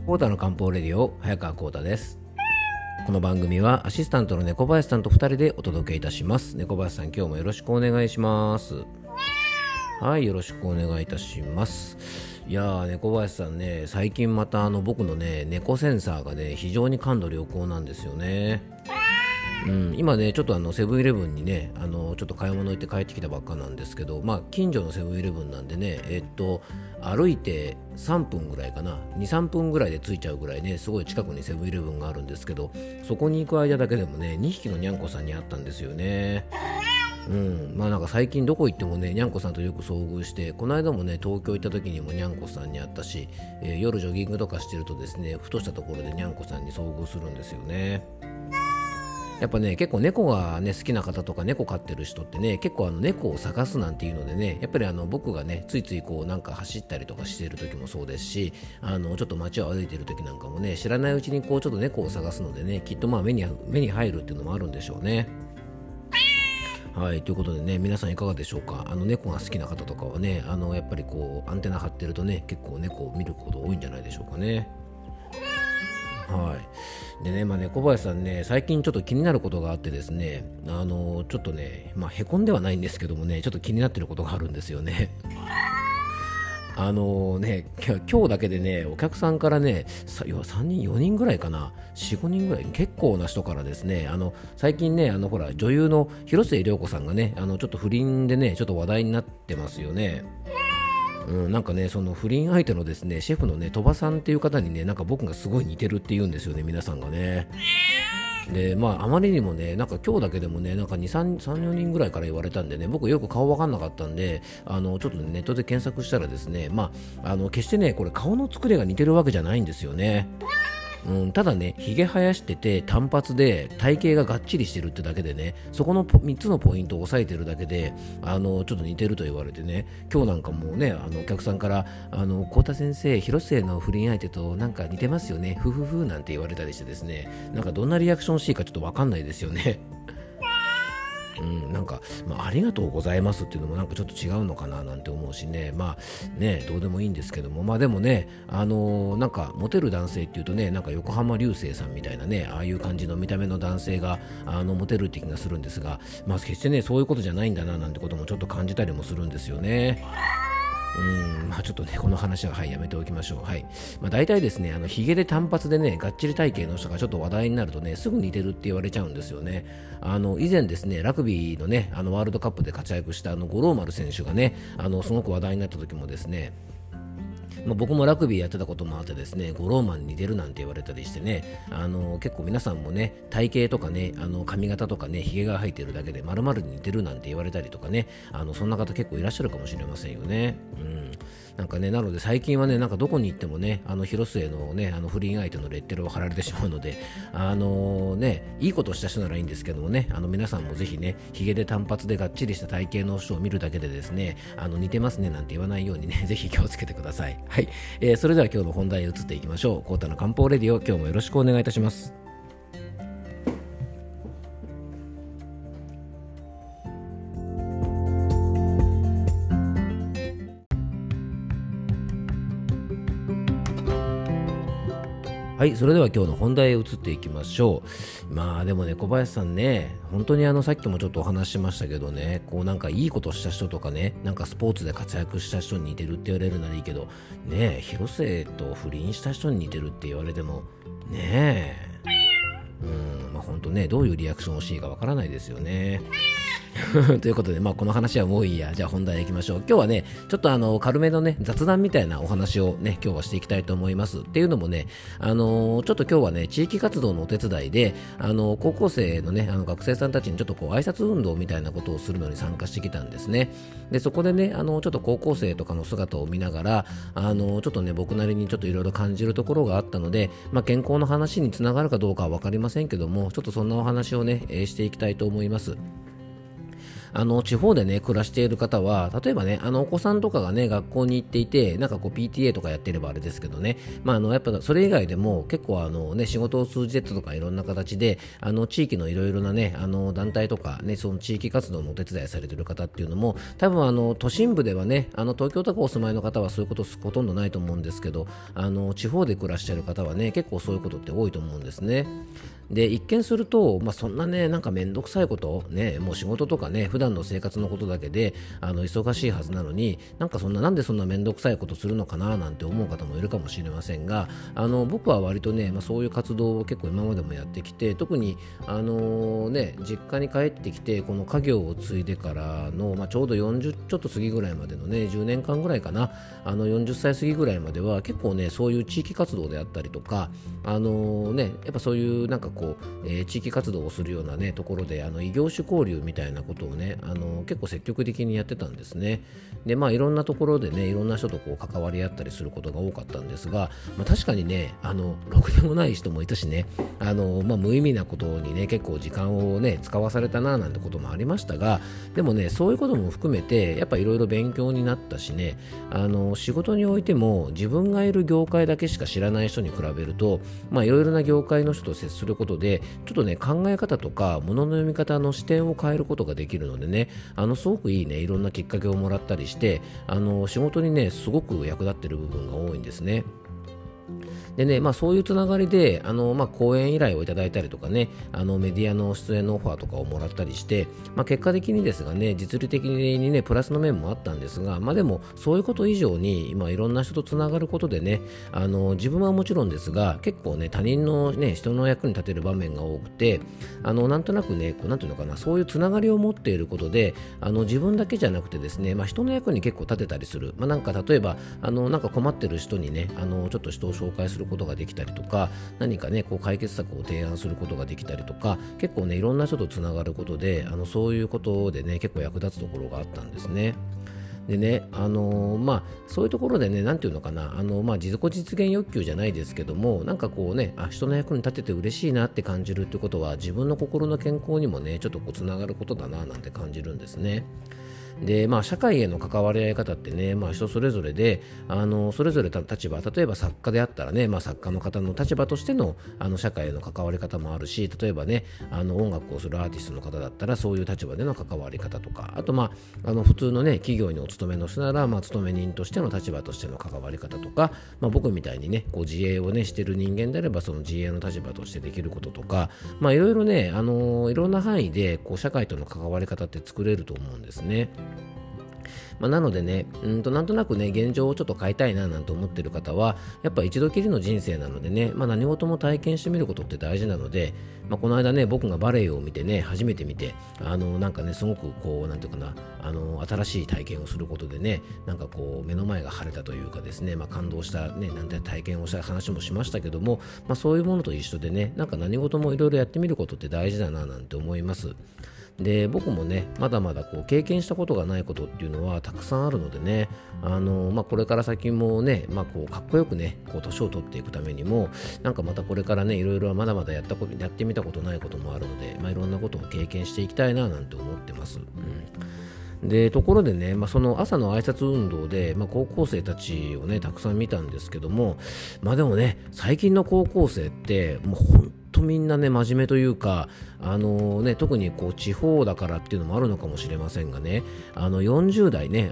コータの漢方レディオ早川コータです。この番組はアシスタントの猫林さんと2人でお届けいたします。猫林さん、今日もよろしくお願いします。はい、よろしくお願いいたします。いやー、猫林さんね、最近また僕のね猫センサーがね非常に感度良好なんですよね。今ねちょっとセブンイレブンにねちょっと買い物行って帰ってきたばっかなんですけど、近所のセブンイレブンなんでね歩いて3分ぐらいかな、2、3分ぐらいで着いちゃうぐらいね、すごい近くにセブンイレブンがあるんですけど、そこに行く間だけでもね2匹のにゃんこさんに会ったんですよね。なんか最近どこ行ってもねにゃんこさんとよく遭遇して、この間もね東京行った時にもにゃんこさんに会ったし、夜ジョギングとかしてるとですね、ふとしたところでにゃんこさんに遭遇するんですよね。やっぱね結構猫がね好きな方とか猫飼ってる人ってね結構猫を探すなんていうのでね、やっぱり僕がねついついこうなんか走ったりとかしている時もそうですし、ちょっと街を歩いている時なんかもね、知らないうちにこうちょっと猫を探すのでね、きっと目に入るっていうのもあるんでしょうね。はい、ということでね、皆さんいかがでしょうか。猫が好きな方とかはね、やっぱりこうアンテナ張ってるとね結構猫を見ること多いんじゃないでしょうかね。はい。でね、猫林さんね、最近ちょっと気になることがあってですね、ちょっとね、へこんではないんですけどもね、ちょっと気になってることがあるんですよね。今日だけでね、お客さんからね、3人、4人ぐらいかな、4、5人ぐらい、結構な人からですね、最近ね、ほら、女優の広末涼子さんがね、ちょっと不倫でね、ちょっと話題になってますよね。なんかね、その不倫相手のですねシェフのね鳥羽さんっていう方にね、なんか僕がすごい似てるって言うんですよね、皆さんがね。であまりにもね、なんか今日だけでもね、なんか2、3、4人ぐらいから言われたんでね、僕よく顔わかんなかったんで、ちょっとねネットで検索したらですね、決してねこれ顔の作りが似てるわけじゃないんですよね。ただね、ひげ生やしてて単発で体型ががっちりしてるってだけでね、そこの3つのポイントを押さえてるだけでちょっと似てると言われてね、今日なんかもうねお客さんから幸田先生、広末の不倫相手となんか似てますよね、ふふふなんて言われたりしてですね、なんかどんなリアクションしていいかちょっとわかんないですよね。なんか、ありがとうございますっていうのもなんかちょっと違うのかななんて思うしね、どうでもいいんですけども、でもね、なんかモテる男性っていうとね、なんか横浜流星さんみたいなね、ああいう感じの見た目の男性がモテるって気がするんですが、決してねそういうことじゃないんだななんてこともちょっと感じたりもするんですよね。ちょっとねこの話はやめておきましょう。はい。大体ですね、ヒゲで単発でねがっちり体型の人がちょっと話題になるとね、すぐ似てるって言われちゃうんですよね。以前ですねラグビーのねワールドカップで活躍した五郎丸選手がねすごく話題になった時もですね、僕もラグビーやってたこともあってですね、五郎マンに似てるなんて言われたりしてね、結構皆さんもね体型とかね髪型とかねひげが生えてるだけで〇〇に似てるなんて言われたりとかね、そんな方結構いらっしゃるかもしれませんよね。なんかね、なので最近はね、なんかどこに行ってもね広末のね不倫相手のレッテルを貼られてしまうので、いいことをした人ならいいんですけどもね、皆さんもぜひねひげで単発でがっちりした体型の人を見るだけでですね、似てますねなんて言わないようにねぜひ気をつけてください。はい。それでは今日の本題へ移っていきましょう。コータの漢方レディオ、今日もよろしくお願いいたします。はい、それでは今日の本題へ移っていきましょう。でもね、小林さんね、本当にさっきもちょっとお話ししましたけどね、こうなんかいいことした人とかね、なんかスポーツで活躍した人に似てるって言われるならいいけど、ねえ、広末と不倫した人に似てるって言われても、ねえ、本当ね、どういうリアクションをしていいかわからないですよね。ということで、この話はもういいや。じゃあ本題へ行きましょう。今日はね、ちょっと軽めのね、雑談みたいなお話をね、今日はしていきたいと思います。っていうのもね、ちょっと今日はね、地域活動のお手伝いで、高校生のね、学生さんたちにちょっとこう、挨拶運動みたいなことをするのに参加してきたんですね。で、そこでね、ちょっと高校生とかの姿を見ながら、ちょっとね、僕なりにちょっといろいろ感じるところがあったので、健康の話につながるかどうかはわかりませんけども、ちょっとそんなお話をね、していきたいと思います。 地方でね暮らしている方は、例えばねお子さんとかがね学校に行っていて、なんかこう PTA とかやってればあれですけどね、やっぱそれ以外でも結構仕事を通じてとかいろんな形で地域のいろいろなね団体とかね、その地域活動のお手伝いされている方っていうのも、多分都心部ではね東京とかお住まいの方はそういうことほとんどないと思うんですけど、地方で暮らしている方はね結構そういうことって多いと思うんですね。で一見すると、そんなねなんかめんどくさいことね、もう仕事とかね普段の生活のことだけで忙しいはずなのに、なんでそんなめんどくさいことするのかななんて思う方もいるかもしれませんが、僕は割とね、そういう活動を結構今までもやってきて、特に実家に帰ってきてこの家業を継いでからの、ちょうど40ちょっと過ぎぐらいまでのね10年間ぐらいかな、40歳過ぎぐらいまでは結構ねそういう地域活動であったりとか、やっぱそういうなんか地域活動をするようなねところで異業種交流みたいなことをね結構積極的にやってたんですね。でいろんなところでねいろんな人と関わり合ったりすることが多かったんですが、確かにねろくでもない人もいたしね、無意味なことにね結構時間をね使わされたななんてこともありましたが、でもねそういうことも含めてやっぱいろいろ勉強になったしね、仕事においても自分がいる業界だけしか知らない人に比べると、いろいろな業界の人と接することでちょっとね考え方とか物の読み方の視点を変えることができるのでね、すごくいいねいろんなきっかけをもらったりして、仕事にねすごく役立ってる部分が多いんですね。でね、そういうつながりで講演依頼をいただいたりとかね、メディアの出演のオファーとかをもらったりして、結果的にですがね実利的にねプラスの面もあったんですが、でもそういうこと以上に今いろんな人とつながることでね、自分はもちろんですが結構ね他人のね人の役に立てる場面が多くて、なんとなくねなんていうのかな、そういうつながりを持っていることで自分だけじゃなくてですね、人の役に結構立てたりする、なんか例えばなんか困ってる人にねちょっと人を紹介することができたりとか、何かね解決策を提案することができたりとか、結構ねいろんな人とつながることでそういうことでね結構役立つところがあったんですね。でね、そういうところでね、なんていうのかな、自己実現欲求じゃないですけども、なんか人の役に立てて嬉しいなって感じるってことは、自分の心の健康にもね、ちょっとつながることだななんて感じるんですね。で社会への関わり合い方ってね、人それぞれでそれぞれ立場、例えば作家であったらね、作家の方の立場としての社会への関わり方もあるし、例えばね音楽をするアーティストの方だったらそういう立場での関わり方とか、あと普通のね企業にお勤めの人なら勤め人としての立場としての関わり方とか、僕みたいにね自営をねしてる人間であればその自営の立場としてできることとか、いろいろねいろんな範囲で社会との関わり方って作れると思うんですね。なのでね、なんとなくね現状をちょっと変えたいななんて思ってる方は、やっぱ一度きりの人生なのでね、何事も体験してみることって大事なので、この間ね僕がバレエを見てね初めて見てなんかねすごくなんていうかな新しい体験をすることでね、なんか目の前が晴れたというかですね、感動したねなんて体験をした話もしましたけども、そういうものと一緒でね、なんか何事もいろいろやってみることって大事だななんて思います。で僕もねまだまだ経験したことがないことっていうのはたくさんあるのでね、これから先もね、かっこよくね年を取っていくためにも、なんかまたこれからねいろいろまだまだやってみたことないこともあるので、いろんなことを経験していきたいななんて思ってます。でところでね、その朝の挨拶運動で、高校生たちをねたくさん見たんですけども、でもね最近の高校生ってもう本当みんなね真面目というか、特に地方だからっていうのもあるのかもしれませんがね、40代ね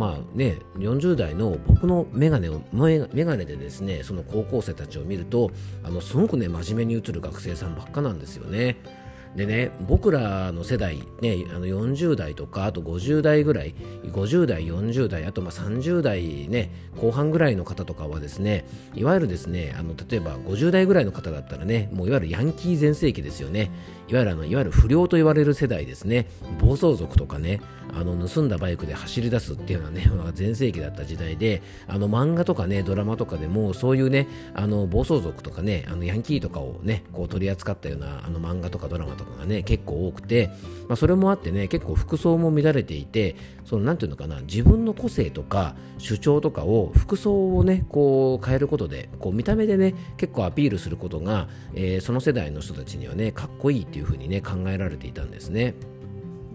40代の僕のメガネでですねその高校生たちを見るとすごくね真面目に映る学生さんばっかなんですよね。でね、僕らの世代、ね、40代とかあと50代ぐらい、50代40代あと30代、ね、後半ぐらいの方とかはですね、いわゆるですね例えば50代ぐらいの方だったらね、もういわゆるヤンキー全盛期ですよね。いわゆる不良と言われる世代ですね。暴走族とかね、盗んだバイクで走り出すっていうのはね全盛期だった時代で、漫画とかねドラマとかでもそういうね暴走族とかねヤンキーとかをね取り扱ったような漫画とかドラマとかがね結構多くて、それもあってね結構服装も乱れていて、なんていうのかな、自分の個性とか主張とかを服装をね変えることで見た目でね結構アピールすることが、その世代の人たちにはねかっこいいっていう風にね考えられていたんですね。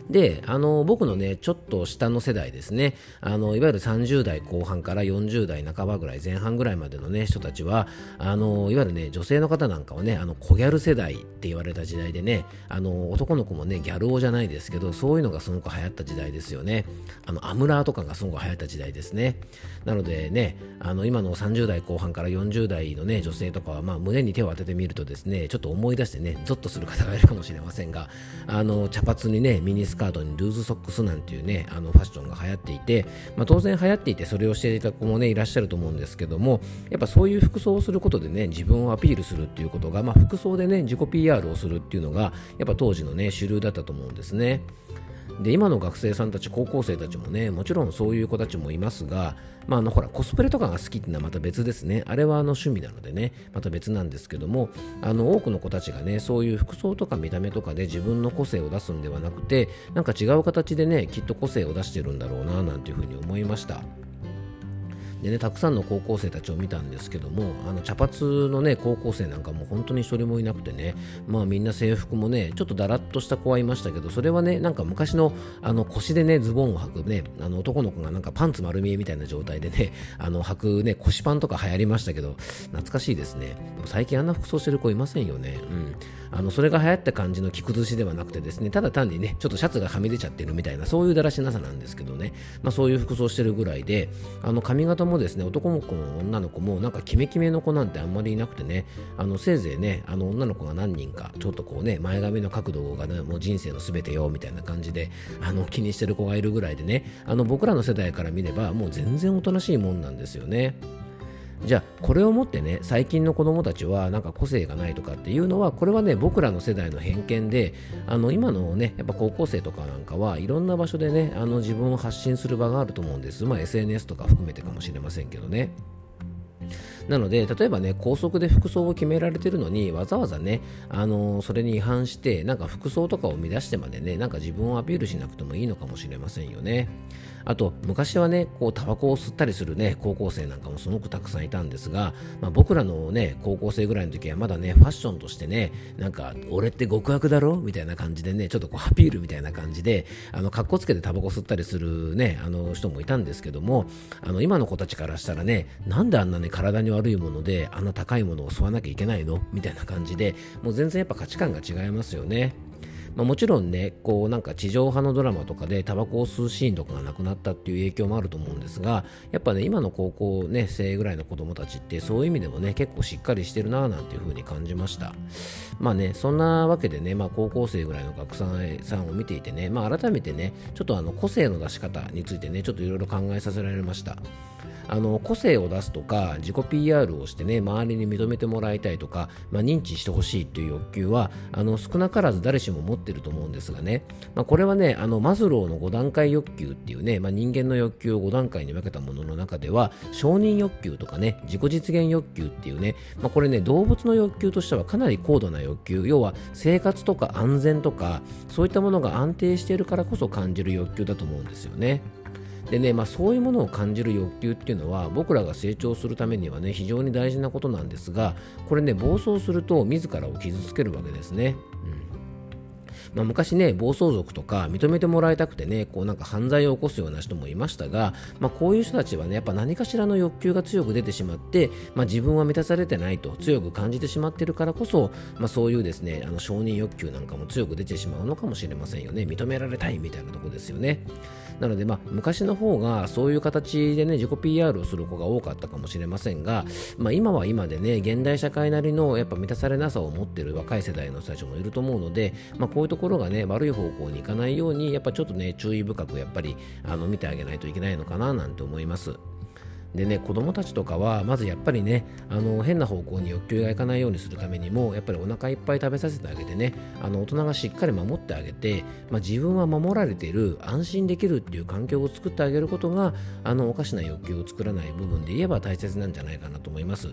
で、僕のね、ちょっと下の世代ですね、いわゆる30代後半から40代半ばぐらい、前半ぐらいまでのね、人たちは、いわゆるね、女性の方なんかはね、小ギャル世代って言われた時代でね、男の子もね、ギャル男じゃないですけど、そういうのがすごく流行った時代ですよね。アムラーとかがすごく流行った時代ですね。なのでね、今の30代後半から40代のね、女性とかは、胸に手を当ててみるとですね、ちょっと思い出してね、ゾッとする方がいるかもしれませんが、茶髪にね、ミニスカートにルーズソックスなんていうね、ファッションが流行っていて、当然流行っていてそれをしていた子もね、いらっしゃると思うんですけども、やっぱそういう服装をすることでね、自分をアピールするっていうことが、服装でね、自己 PR をするっていうのが、やっぱ当時のね、主流だったと思うんですね。で、今の学生さんたち、高校生たちもね、もちろんそういう子たちもいますが、ほら、コスプレとかが好きっていうのはまた別ですね。あれは趣味なのでね、また別なんですけども、多くの子たちがね、そういう服装とか見た目とかで自分の個性を出すんではなくて、なんか違う形でね、きっと個性を出してるんだろうな、なんていうふうに思いました。でね、たくさんの高校生たちを見たんですけども、茶髪のね、高校生なんかも本当に一人もいなくてね、みんな制服もね、ちょっとだらっとした子はいましたけど、それはね、なんか昔の腰でね、ズボンを履くね、男の子がなんかパンツ丸見えみたいな状態でね、履くね、腰パンとか流行りましたけど、懐かしいですね。最近あんな服装してる子いませんよね。それが流行った感じの着崩しではなくてですね、ただ単にね、ちょっとシャツがはみ出ちゃってるみたいな、そういうだらしなさなんですけどね、そういう服装してるぐらいで、髪型もですね、男の子も女の子もなんかキメキメの子なんてあんまりいなくてね、せいぜいね、女の子が何人かちょっとこうね、前髪の角度がね、もう人生の全てよみたいな感じで気にしてる子がいるぐらいでね、僕らの世代から見ればもう全然おとなしいもんなんですよね。じゃあこれをもってね、最近の子供たちはなんか個性がないとかっていうのは、これはね、僕らの世代の偏見で、今のね、やっぱ高校生とかなんかはいろんな場所でね、自分を発信する場があると思うんです。SNS とか含めてかもしれませんけどね。なので、例えばね、校則で服装を決められてるのに、わざわざね、それに違反して、なんか服装とかを乱してまでね、なんか自分をアピールしなくてもいいのかもしれませんよね。あと、昔はね、こう、タバコを吸ったりするね、高校生なんかもすごくたくさんいたんですが、僕らのね、高校生ぐらいの時はまだね、ファッションとしてね、なんか、俺って極悪だろみたいな感じでね、ちょっとこう、アピールみたいな感じで、かっこつけてタバコ吸ったりするね、人もいたんですけども、今の子たちからしたらね、なんであんなね、体に悪いもので、あんな高いものを吸わなきゃいけないのみたいな感じで、もう全然やっぱ価値観が違いますよね。もちろんね、こうなんか地上波のドラマとかでタバコを吸うシーンとかがなくなったっていう影響もあると思うんですが、やっぱね、今の高校ね、生ぐらいの子供たちってそういう意味でもね、結構しっかりしてるなぁなんていう風に感じました。そんなわけでね、高校生ぐらいの学生さんを見ていてね、改めてね、ちょっと個性の出し方についてね、ちょっといろいろ考えさせられました。個性を出すとか自己 PR をしてね、周りに認めてもらいたいとか、認知してほしいっていう欲求は少なからず誰しも持ってると思うんですがね、これはね、マズローの5段階欲求っていうね、人間の欲求を5段階に分けたものの中では、承認欲求とかね、自己実現欲求っていうね、これね、動物の欲求としてはかなり高度な欲求、要は生活とか安全とかそういったものが安定しているからこそ感じる欲求だと思うんですよね。でね、そういうものを感じる欲求っていうのは、僕らが成長するためにはね、非常に大事なことなんですが、これね、暴走すると自らを傷つけるわけですね。昔ね、暴走族とか認めてもらいたくてね、こうなんか犯罪を起こすような人もいましたが、こういう人たちはね、やっぱ何かしらの欲求が強く出てしまって、自分は満たされてないと強く感じてしまっているからこそ、そういうですね、承認欲求なんかも強く出てしまうのかもしれませんよね。認められたいみたいなところですよね。なので昔の方がそういう形でね、自己 PR をする子が多かったかもしれませんが、今は今でね、現代社会なりのやっぱ満たされなさを持っている若い世代の人たちもいると思うので、こういうところがね、悪い方向に行かないように、やっぱちょっとね、注意深くやっぱり見てあげないといけないのかななんて思います。でね、子供たちとかはまずやっぱりね、変な方向に欲求がいかないようにするためにも、やっぱりお腹いっぱい食べさせてあげてね、大人がしっかり守ってあげて、自分は守られている、安心できるっていう環境を作ってあげることが、おかしな欲求を作らない部分で言えば大切なんじゃないかなと思います。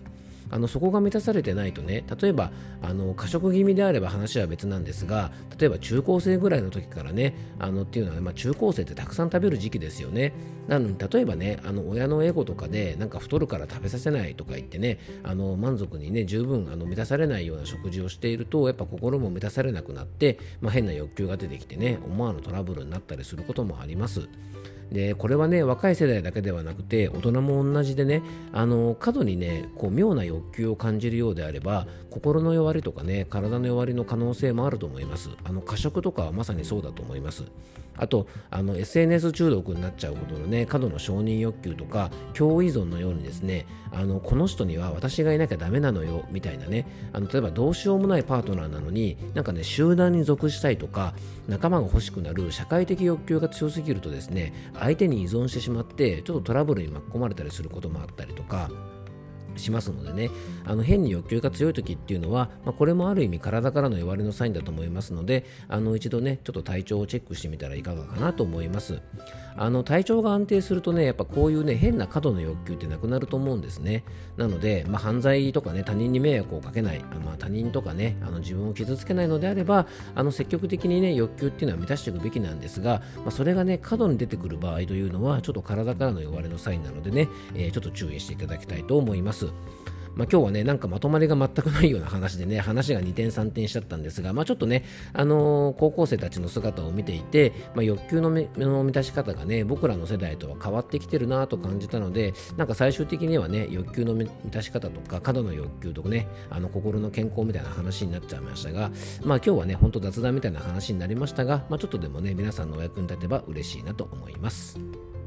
そこが満たされてないとね、例えば過食気味であれば話は別なんですが、例えば中高生ぐらいの時からねっていうのは、中高生ってたくさん食べる時期ですよね。なのに例えばね親のエゴとかでなんか太るから食べさせないとか言ってね満足にね十分満たされないような食事をしていると、やっぱ心も満たされなくなって、変な欲求が出てきてね思わぬトラブルになったりすることもあります。でこれはね若い世代だけではなくて大人も同じでね過度にね妙な欲求を感じるようであれば心の弱りとかね体の弱りの可能性もあると思います。過食とかはまさにそうだと思います。あとSNS 中毒になっちゃうほどのね過度の承認欲求とか共依存のようにですねこの人には私がいなきゃダメなのよみたいなね例えばどうしようもないパートナーなのになんかね集団に属したいとか仲間が欲しくなる社会的欲求が強すぎるとですね相手に依存してしまってちょっとトラブルに巻き込まれたりすることもあったりとかしますのでね変に欲求が強い時っていうのは、これもある意味体からの弱りのサインだと思いますので一度ねちょっと体調をチェックしてみたらいかがかなと思います。体調が安定するとねやっぱこういうね変な過度の欲求ってなくなると思うんですね。なので、犯罪とかね他人に迷惑をかけない他人とかね自分を傷つけないのであれば積極的にね欲求っていうのは満たしていくべきなんですが、それがね過度に出てくる場合というのはちょっと体からの弱りのサインなのでね、ちょっと注意していただきたいと思います。今日はねなんかまとまりが全くないような話でね話が2点3点しちゃったんですが、ちょっとね、高校生たちの姿を見ていて、欲求の満たし方がね僕らの世代とは変わってきてるなと感じたので、なんか最終的にはね欲求の満たし方とか過度の欲求とかね心の健康みたいな話になっちゃいましたが、今日はね本当雑談みたいな話になりましたが、ちょっとでもね皆さんのお役に立てば嬉しいなと思います。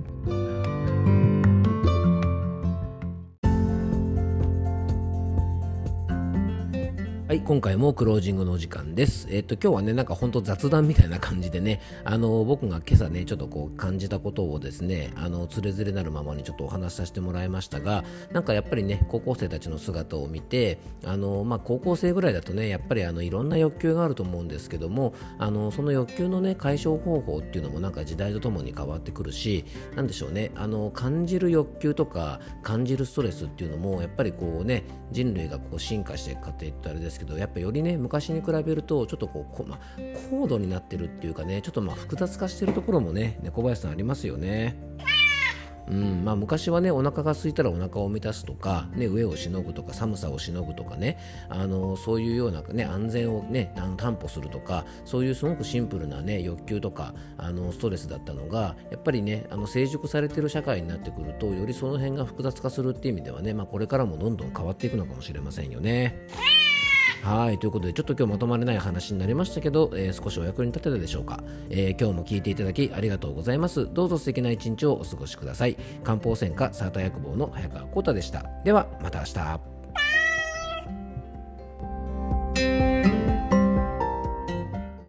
はい、今回もクロージングのお時間です。今日はねなんか本当雑談みたいな感じでね僕が今朝ねちょっと感じたことをですねつれづれなるままにちょっとお話しさせてもらいましたが、なんかやっぱりね高校生たちの姿を見て高校生ぐらいだとねやっぱりいろんな欲求があると思うんですけどもその欲求のね解消方法っていうのもなんか時代とともに変わってくるし、なんでしょうね感じる欲求とか感じるストレスっていうのもやっぱり人類が進化していく過程ってあれですけど、やっぱよりね昔に比べるとちょっと高度になってるっていうかねちょっと複雑化してるところもね小林さんありますよね。昔はねお腹が空いたらお腹を満たすとか、飢えをしのぐとか寒さをしのぐとかねそういうような、安全をね担保するとか、そういうすごくシンプルなね欲求とかストレスだったのがやっぱりね成熟されてる社会になってくるとよりその辺が複雑化するっていう意味ではね、これからもどんどん変わっていくのかもしれませんよね。はい、ということでちょっと今日まとまれない話になりましたけど、少しお役に立てたでしょうか。今日も聞いていただきありがとうございます。どうぞ素敵な一日をお過ごしください。漢方専科サーター薬房の早川浩太でした。ではまた明日。